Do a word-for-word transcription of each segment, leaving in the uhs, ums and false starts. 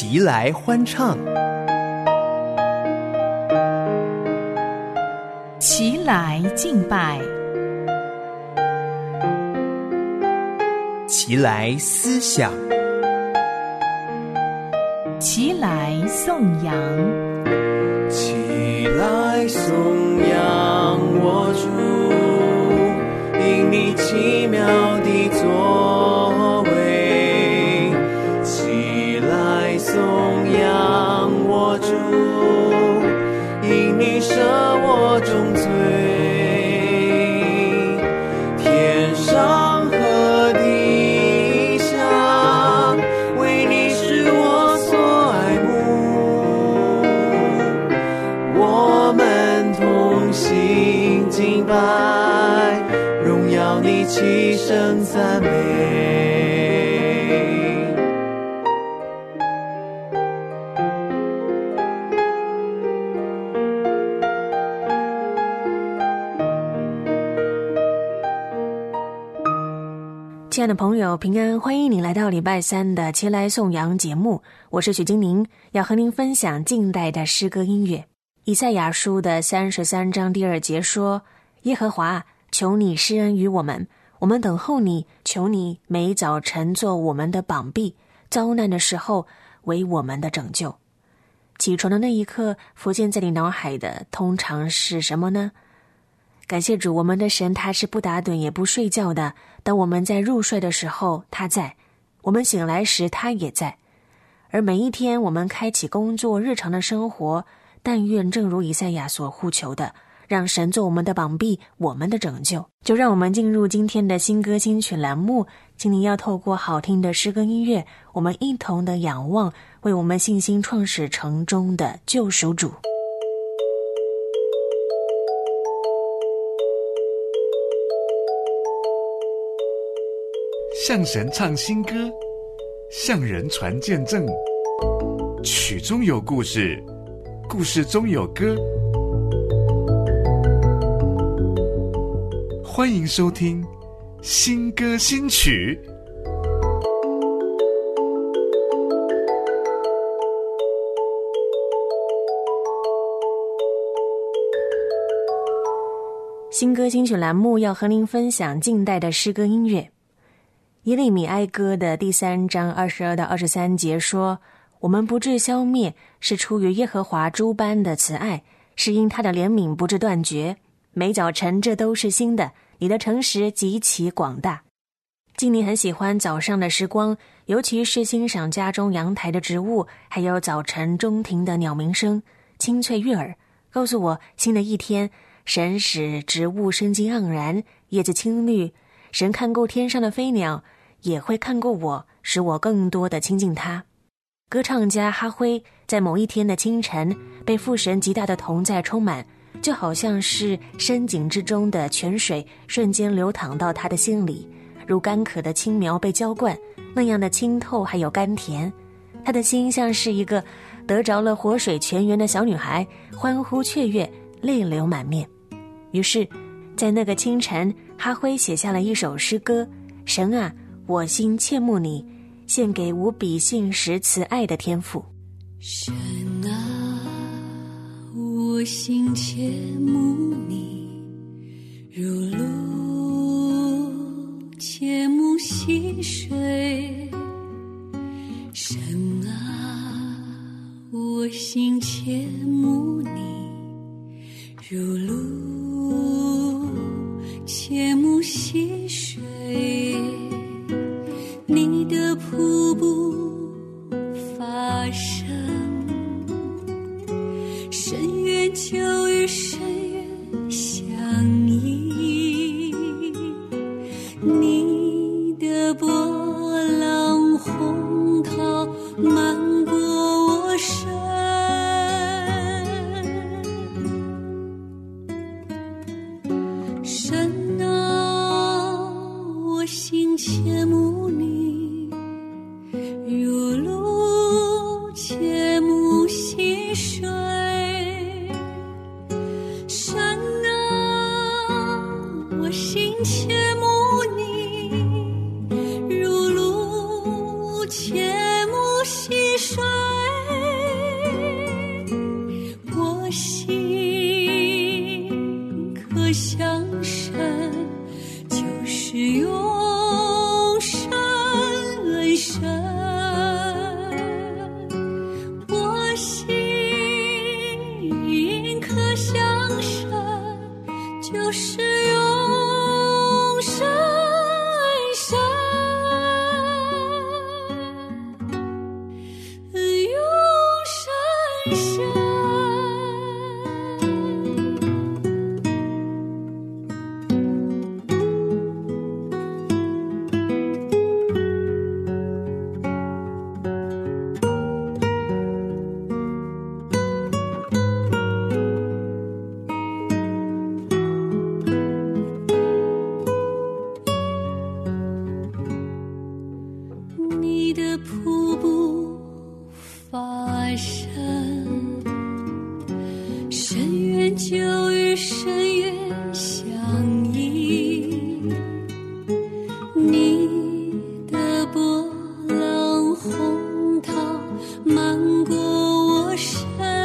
齐来欢唱， 齐来敬拜， 齐来思想， 齐来颂扬， 齐来颂扬我主，因你奇妙的作为。齐来颂扬我主，因你赦我重罪。天上和地下，为你是我所爱慕。我们同心敬拜，荣耀你，齐声赞美。 亲爱的朋友，平安，欢迎您来到礼拜三的齐来颂扬节目，我是许金宁，要和您分享近代的诗歌音乐。以赛亚书的三十三章第二节说，耶和华，求你施恩于我们，我们等候你，求你每早晨做我们的膀臂，遭难的时候为我们的拯救。起床的那一刻，浮现在你脑海的通常是什么呢？感谢主，我们的神他是不打盹也不睡觉的，当我们在入睡的时候他在，我们醒来时他也在。而每一天我们开启工作日常的生活，但愿正如以赛亚所呼求的，让神做我们的膀臂，我们的拯救。就让我们进入今天的新歌新曲栏目，请你要透过好听的诗歌音乐，我们一同的仰望为我们信心创始成终的救赎主。 向神唱新歌，向人传见证，曲中有故事，故事中有歌。欢迎收听新歌新曲。 新歌新曲栏目要和您分享近代的诗歌音乐。耶利米哀歌的第三章二十二到二十三节说，我们不致消灭，是出于耶和华诸般的慈爱，是因他的怜悯不致断绝。每早晨这都是新的，你的诚实极其广大。今年很喜欢早上的时光，尤其是欣赏家中阳台的植物，还有早晨中庭的鸟鸣声，清脆悦耳，告诉我新的一天，神使植物生机盎然，叶子青绿。神看过天上的飞鸟，也会看过我，使我更多的亲近他。歌唱家哈辉在某一天的清晨，被父神极大的同在充满，就好像是深井之中的泉水瞬间流淌到他的心里，如干渴的青苗被浇灌，那样的清透还有甘甜。他的心像是一个得着了活水泉源的小女孩，欢呼雀跃，泪流满面。于是在那个清晨，哈辉写下了一首诗歌，神啊，我心切慕你，献给无比信实慈爱的天父。 神啊，我心切慕你，如鹿切慕溪水。神啊，我心切慕你，如鹿切慕溪水。你的瀑布发生，深渊就与深渊相依。你的波浪洪涛漫过我身，神啊，我心切慕你，如鹿切慕溪水。神啊，我心切慕你，如鹿切慕溪水。 就是永生恩深，我心可享受，就是永生恩深，永生恩深。你的瀑布发生，深渊就与深渊相依，你的波浪洪涛漫过我身，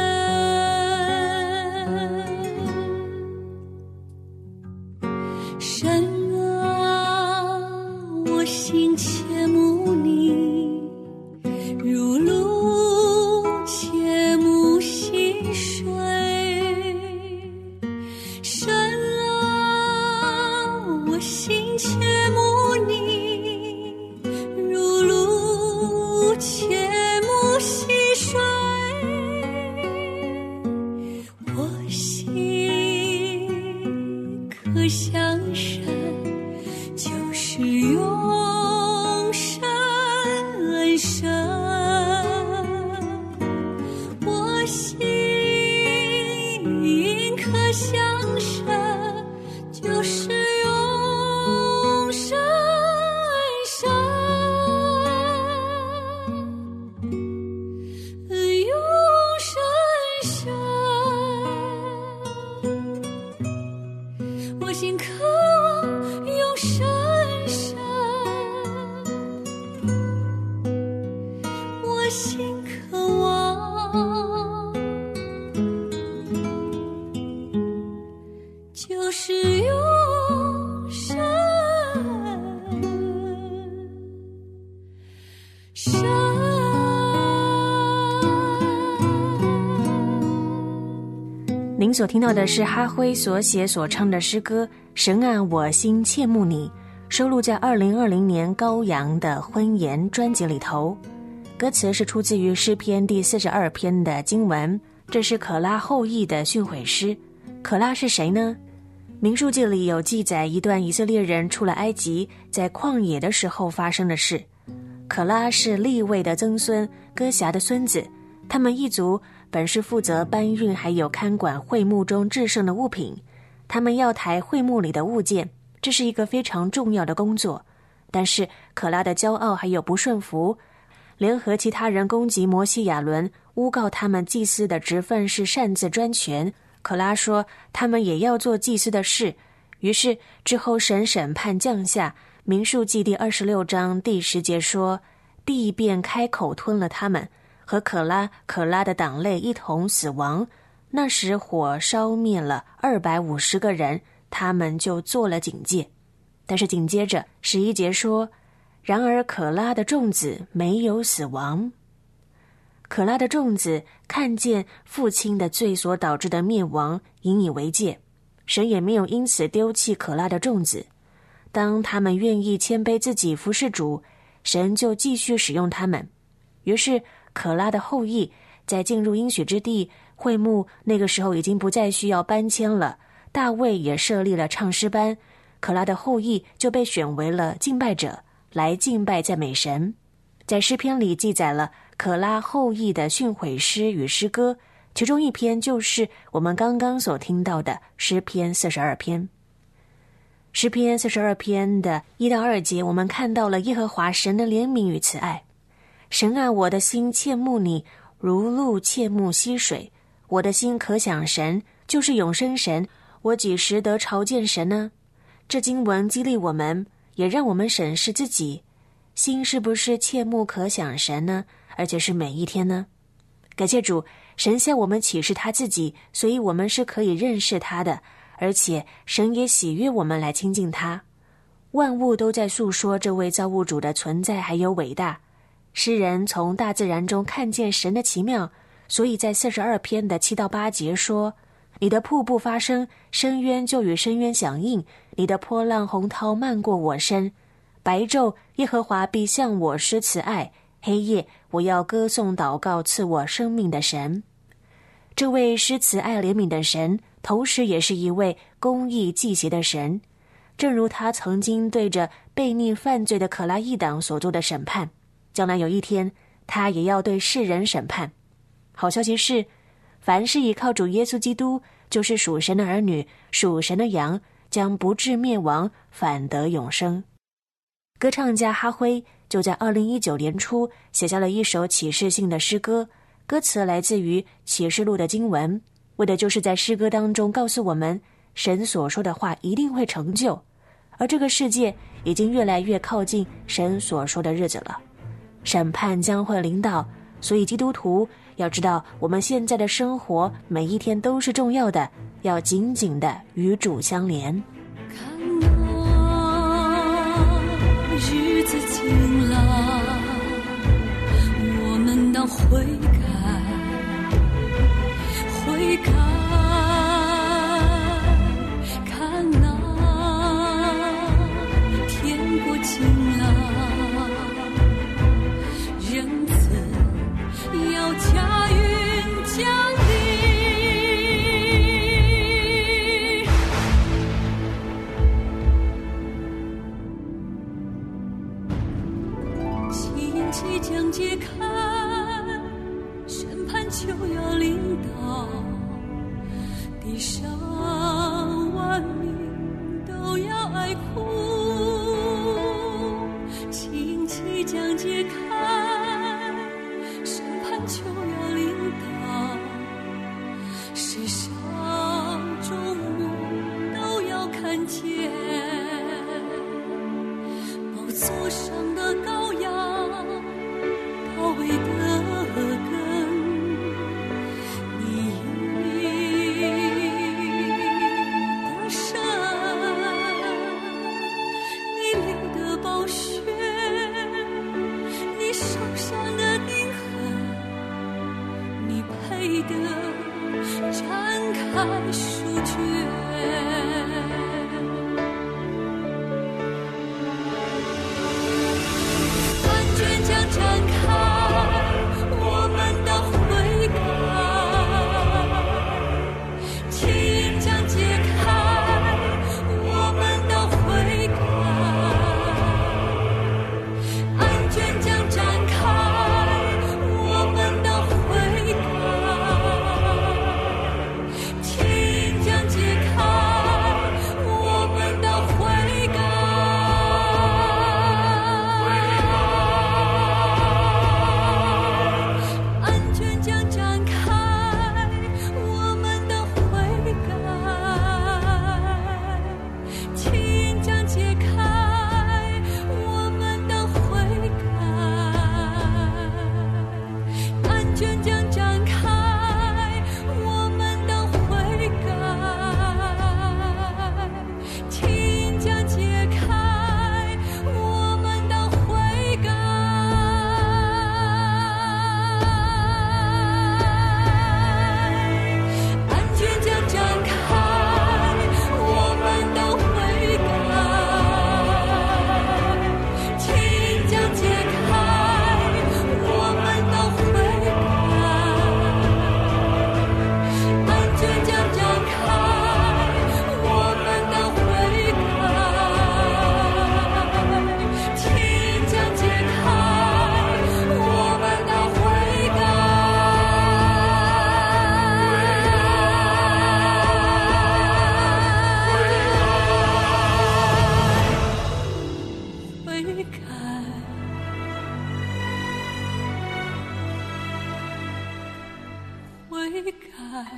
神啊，我心切慕你，如露切慕溪水。神啊，我心切慕你，如露切慕溪水。我心可享神，就是永生恩深，我心可享神，就是永生恩深，永生恩深，我心渴望永生恩深，我心渴望，就是永生深。 您所听到的是哈辉所写所唱的诗歌《神啊，我心切慕你》，收录在二零二零年高阳的婚言专辑里头。歌词是出自于诗篇第四十二篇的经文，这是可拉后裔的训诲诗。可拉是谁呢？民数记里有记载一段以色列人出了埃及，在旷野的时候发生的事。可拉是利未的曾孙，哥辖的孙子，他们一族本是负责搬运还有看管会幕中至圣的物品，他们要抬会幕里的物件，这是一个非常重要的工作。但是可拉的骄傲还有不顺服，联合其他人攻击摩西亚伦，诬告他们祭司的职分是擅自专权。可拉说他们也要做祭司的事，于是之后神审判降下，民数记第二十六章第十节说，地便开口吞了他们，和可拉可拉的党类一同死亡。那时火烧灭了二百五十个人，他们就做了警戒。但是紧接着十一节说，然而可拉的众子没有死亡。可拉的众子看见父亲的罪所导致的灭亡，引以为戒，神也没有因此丢弃可拉的众子。当他们愿意谦卑自己服侍主，神就继续使用他们。于是可拉的后裔在进入应许之地，会幕那个时候已经不再需要搬迁了，大卫也设立了唱诗班，可拉的后裔就被选为了敬拜者，来敬拜赞美神。在诗篇里记载了可拉后裔的训诲诗与诗歌，其中一篇就是我们刚刚所听到的诗篇四十二篇。诗篇四十二篇的一到二节，我们看到了耶和华神的怜悯与慈爱。神啊，我的心切慕你，如露切慕溪水。我的心可想神，就是永生神。我几时得朝见神呢？这经文激励我们，也让我们审视自己，心是不是切慕可想神呢？而且是每一天呢？感谢主，神向我们启示他自己，所以我们是可以认识他的，而且神也喜悦我们来亲近他。 万物都在诉说这位造物主的存在还有伟大。诗人从大自然中看见神的奇妙，所以在四十二篇的七到八节说：你的瀑布发声，深渊就与深渊响应，你的波浪洪涛漫过我身。白昼耶和华必向我施慈爱，黑夜我要歌颂祷告赐我生命的神。这位施慈爱怜悯的神，同时也是一位公义祭邪的神，正如他曾经对着悖逆犯罪的可拉一党所做的审判，将来有一天他也要对世人审判。好消息是，凡是依靠主耶稣基督，就是属神的儿女，属神的羊，将不至灭亡，反得永生。歌唱家哈辉就在二零一九年初写下了一首启示性的诗歌，歌词来自于启示录的经文，为的就是在诗歌当中告诉我们，神所说的话一定会成就，而这个世界已经越来越靠近神所说的日子了。审判将会临到，所以基督徒要知道，我们现在的生活每一天都是重要的，要紧紧的与主相连。 看那日子近了，我们当悔改，悔改。看那天国近了，人子要驾云降临。荆棘将揭开，审判就要临到，地上万民都要哀哭。荆棘将揭开，审判就要临到，世上众目都要看见，宝座上的羔羊，高伟的根，你的神，你流的宝血，你受伤的钉痕，你配得展开书卷。案卷将展开，我们的悔改，情将揭开，我们的悔改。案卷将展开，我们的悔改，情将揭开，我们的悔改。案卷将展开，我们的悔改，情将揭开，我们的悔改。案卷将展开，我们的悔改，情将揭开，我们的悔改。案卷将展开，我们的悔改，情将揭开，我们的悔改。案卷将展开，我们的悔改，情将揭开，我们的悔改。悔改，悔改，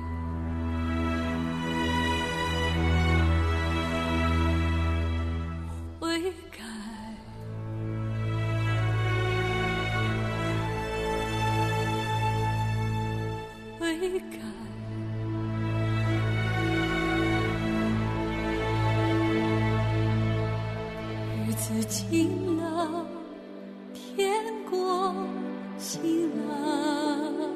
悔改，悔改。 子近了，天国近了，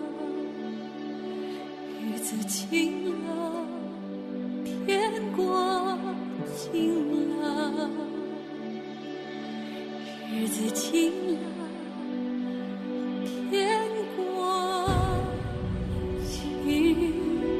日子近了，天国近了，日子近了，天国近了。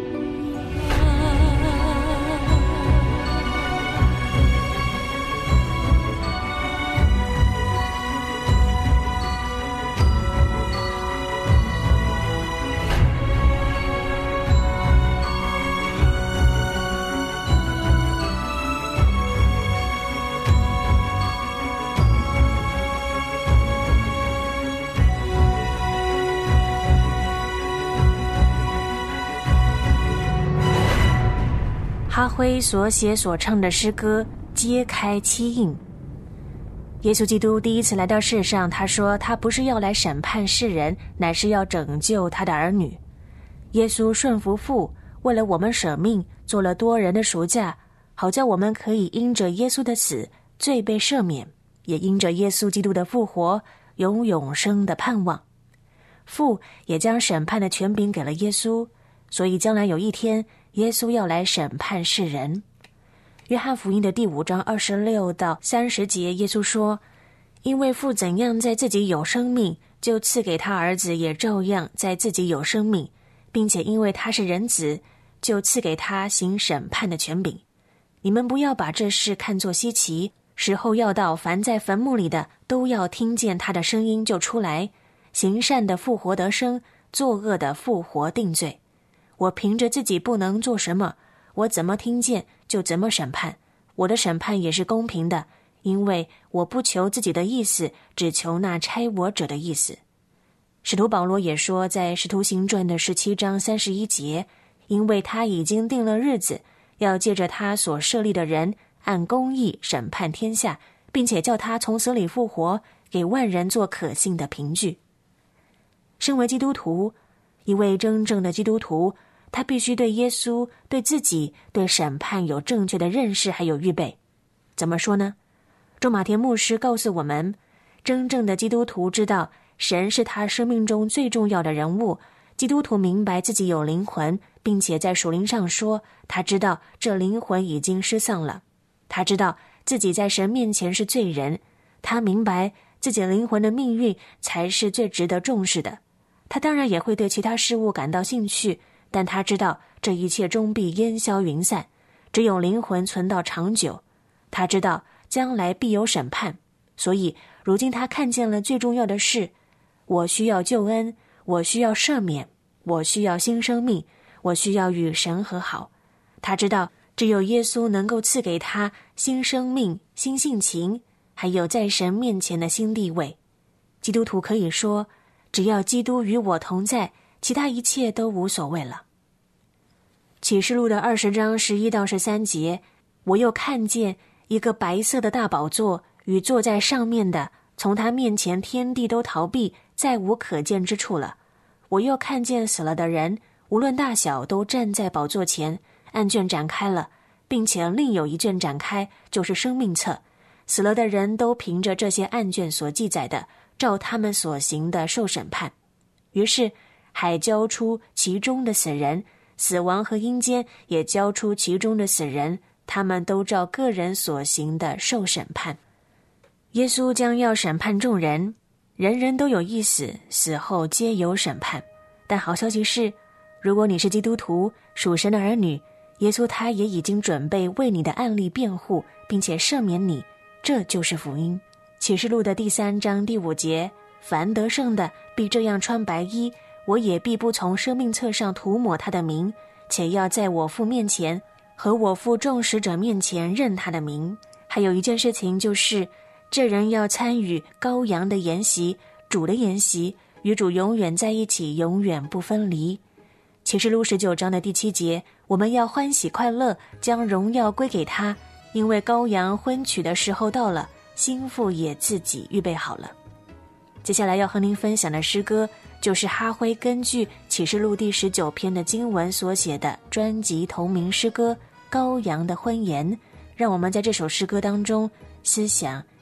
哈辉所写所唱的诗歌揭开七印。耶稣基督第一次来到世上，他说他不是要来审判世人，乃是要拯救他的儿女。耶稣顺服父，为了我们舍命，做了多人的赎价，好叫我们可以因着耶稣的死罪被赦免，也因着耶稣基督的复活有永生的盼望。父也将审判的权柄给了耶稣，所以将来有一天耶稣要来审判世人。约翰福音的第五章二十六到三十节，耶稣说，因为父怎样在自己有生命，就赐给他儿子也照样在自己有生命，并且因为他是人子，就赐给他行审判的权柄。你们不要把这事看作稀奇，时候要到，凡在坟墓里的都要听见他的声音就出来，行善的复活得生，作恶的复活定罪。我凭着自己不能做什么，我怎么听见就怎么审判，我的审判也是公平的，因为我不求自己的意思，只求那差我者的意思。使徒保罗也说，在使徒行传的十七章三十一节，因为他已经定了日子，要借着他所设立的人按公义审判天下，并且叫他从死里复活，给万人做可信的凭据。身为基督徒，一位真正的基督徒，他必须对耶稣、对自己、对审判有正确的认识还有预备。怎么说呢？仲马田牧师告诉我们，真正的基督徒知道神是他生命中最重要的人物。基督徒明白自己有灵魂，并且在属灵上说，他知道这灵魂已经失丧了。他知道自己在神面前是罪人，他明白自己灵魂的命运才是最值得重视的。他当然也会对其他事物感到兴趣，但他知道这一切终必烟消云散，只有灵魂存到长久。他知道将来必有审判，所以如今他看见了最重要的事，我需要救恩，我需要赦免，我需要新生命，我需要与神和好。他知道只有耶稣能够赐给他新生命、新性情，还有在神面前的新地位。基督徒可以说，只要基督与我同在，其他一切都无所谓了。启示录的二十章十一到十三节，我又看见一个白色的大宝座，与坐在上面的，从他面前天地都逃避，再无可见之处了。我又看见死了的人，无论大小，都站在宝座前，案卷展开了，并且另有一卷展开，就是生命册。死了的人都凭着这些案卷所记载的，照他们所行的受审判。于是海交出其中的死人，死亡和阴间也交出其中的死人，他们都照个人所行的受审判。耶稣将要审判众人，人人都有一死，死后皆有审判。但好消息是，如果你是基督徒，属神的儿女，耶稣他也已经准备为你的案例辩护，并且赦免你，这就是福音。启示录的第三章第五节，凡得胜的必这样穿白衣，我也必不从生命册上涂抹他的名，且要在我父面前和我父众使者面前认他的名。还有一件事情，就是这人要参与羔羊的筵席，主的筵席，与主永远在一起，永远不分离。启示录十九章的第七节，我们要欢喜快乐，将荣耀归给他，因为羔羊婚娶的时候到了，新妇也自己预备好了。接下来要和您分享的诗歌，就是哈辉根据启示录第十九篇的经文所写的专辑同名诗歌《羔羊的婚筵》。让我们在这首诗歌当中思想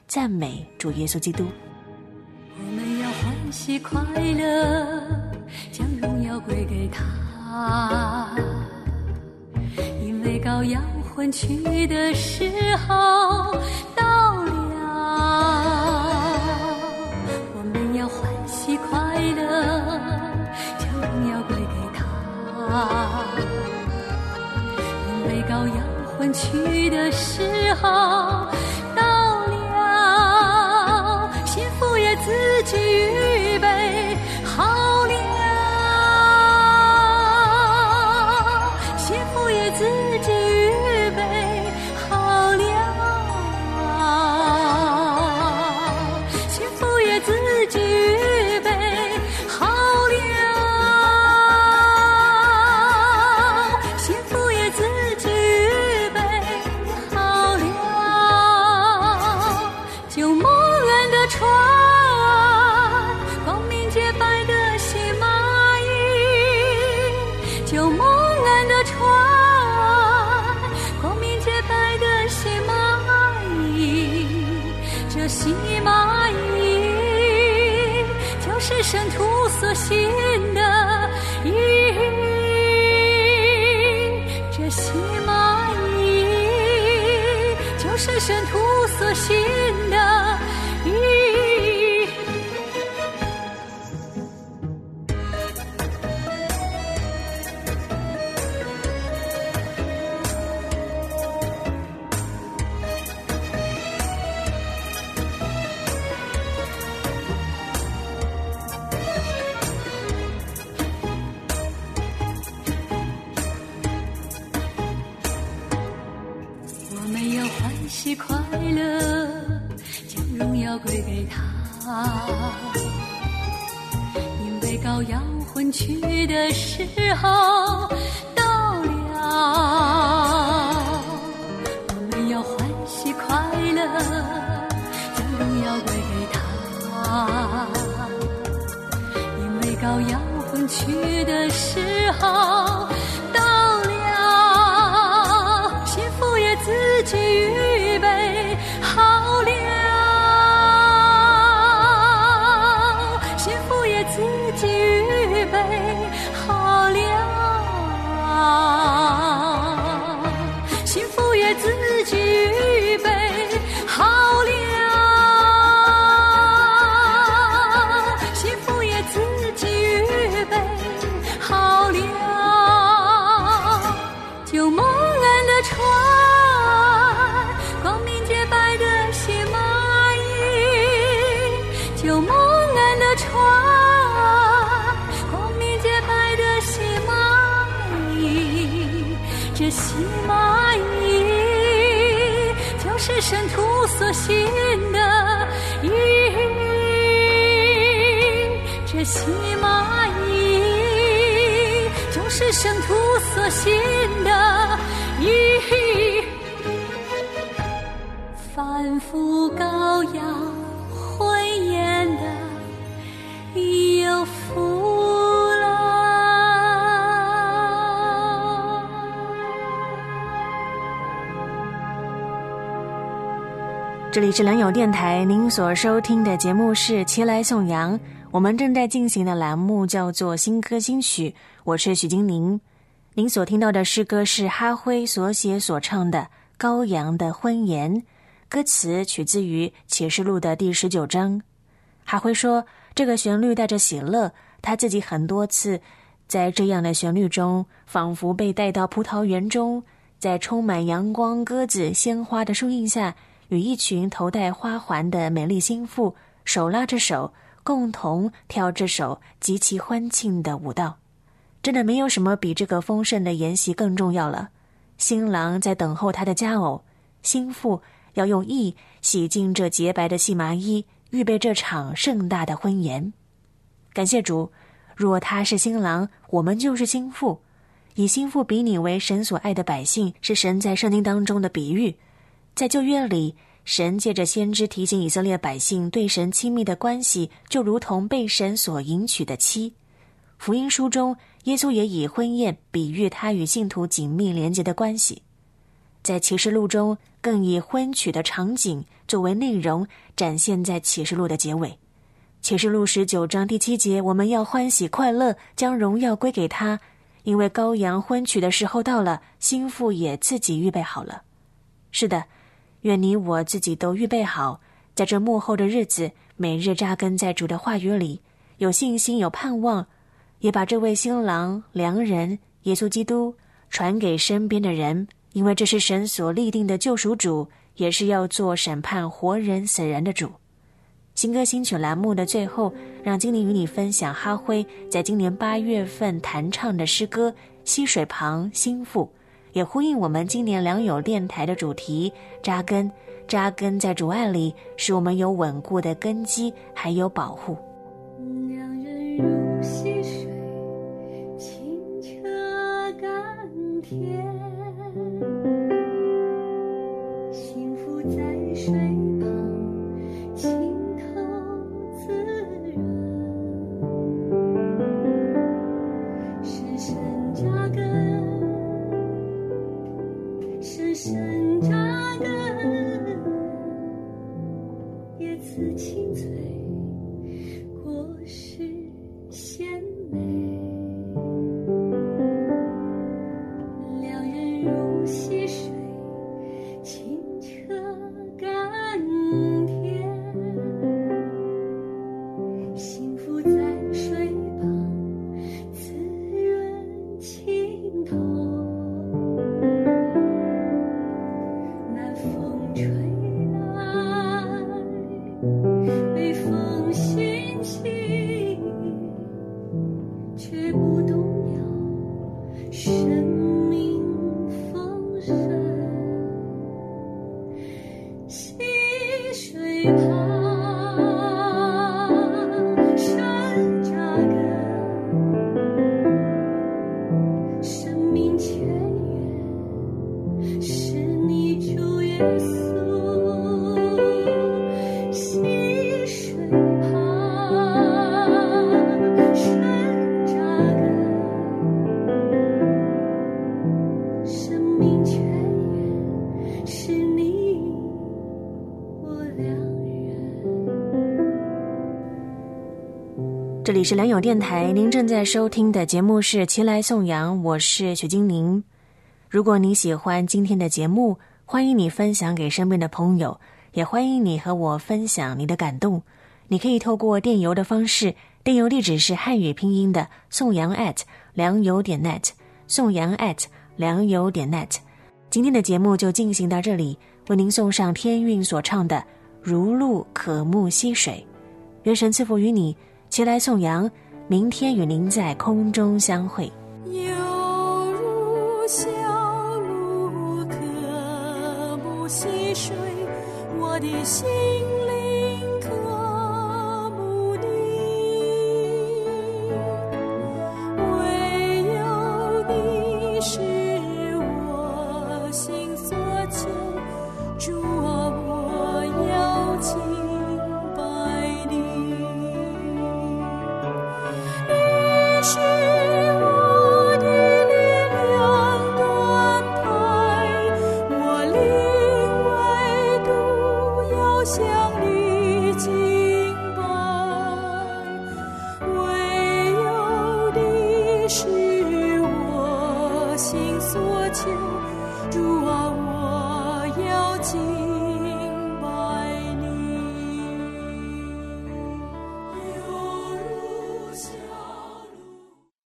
赞美主耶稣基督。 我们要欢喜快乐，将荣耀归给他，因为羔羊婚娶的时候到了。我们要欢喜快乐，将荣耀归给他，因为羔羊婚娶的时候到了，幸福也自己预备好了，幸福也自己预备好了，幸福也自己预备好了，幸福也自己预备好了，就蒙恩的船，光明洁白的细蚂蚁，就蒙恩的船，光明洁白的细蚂蚁，这细蚂蚁就是圣徒所行的义，这细蚂蚁就是圣徒所行的义。我们要欢喜快乐，将荣耀归给他，因为羔羊婚娶的时候到了。我们要欢喜快乐，将荣耀归给他，因为羔羊婚娶的时候到了，幸福也自己预备好了，幸福也自己预备好了，幸福也自己预备好了，幸福也自己预备好了，就蒙恩的船，光明洁白的细蚂蚁，就蒙恩的船，光明洁白的细蚂蚁，这细蚂蚁就是圣徒所行的义，这细蚂蚁就是圣徒所行的义。凡夫羔羊婚宴的有福了。 这里是良友电台，您所收听的节目是齐来颂扬，我们正在进行的栏目叫做新歌新曲，我是许金玲。您所听到的诗歌是哈辉所写所唱的《羔羊的婚宴》，歌词取自于启示录的第十九章。哈辉说，这个旋律带着喜乐，他自己很多次在这样的旋律中，仿佛被带到葡萄园中，在充满阳光、鸽子、鲜花的树荫下，与一群头戴花环的美丽心妇手拉着手，共同跳这首极其欢庆的舞蹈。真的没有什么比这个丰盛的筵席更重要了。新郎在等候他的佳偶，新妇要用意洗净这洁白的细麻衣，预备这场盛大的婚宴。感谢主，若他是新郎，我们就是新妇。以新妇比拟为神所爱的百姓，是神在圣经当中的比喻。在旧约里，神借着先知提醒以色列百姓对神亲密的关系，就如同被神所迎娶的妻。福音书中，耶稣也以婚宴比喻他与信徒紧密连结的关系。 在启示录中更以婚娶的场景作为内容展现在启示录的结尾。启示录十九章第七节，我们要欢喜快乐，将荣耀归给他，因为羔羊婚娶的时候到了，新妇也自己预备好了。是的，愿你我自己都预备好，在这幕后的日子，每日扎根在主的话语里，有信心，有盼望，也把这位新郎良人耶稣基督传给身边的人，因为这是神所立定的救赎主，也是要做审判活人死人的主。新歌新曲栏目的最后，让精灵与你分享哈辉在今年八月份弹唱的诗歌《溪水旁心腹》，也呼应我们今年良友电台的主题，扎根扎根在主爱里，使我们有稳固的根基，还有保护。 两人如溪水，清澈甘甜，幸福在水旁，清透自然，深深扎根，深深扎根，叶子轻翠，果实鲜美，两人如溪水，清澈甘甜，幸福在水旁，滋润清透，南风吹来，北风兴起，却不动摇生命丰盛。溪水旁，深扎根，生命泉源是你主耶稣。溪水旁，深扎根，生命泉源是你我良人。 这里是良友电台，您正在收听的节目是齐来颂扬，我是许金玲。如果你喜欢今天的节目，欢迎你分享给身边的朋友，也欢迎你和我分享你的感动。你可以透过电邮的方式，电邮地址是汉语拼音的颂扬 at 良友点 net， 颂扬 at 良友点 net。 今天的节目就进行到这里，为您送上天韵所唱的如露可目溪水。愿神赐福于你，齐来颂扬，明天与您在空中相会。 犹如小鹿可目溪水，我的心灵渴慕你，唯有你是我心所求，主啊，我要敬拜你。你是我的力量盾牌，我灵唯独要向你敬拜，唯有你是我心所求。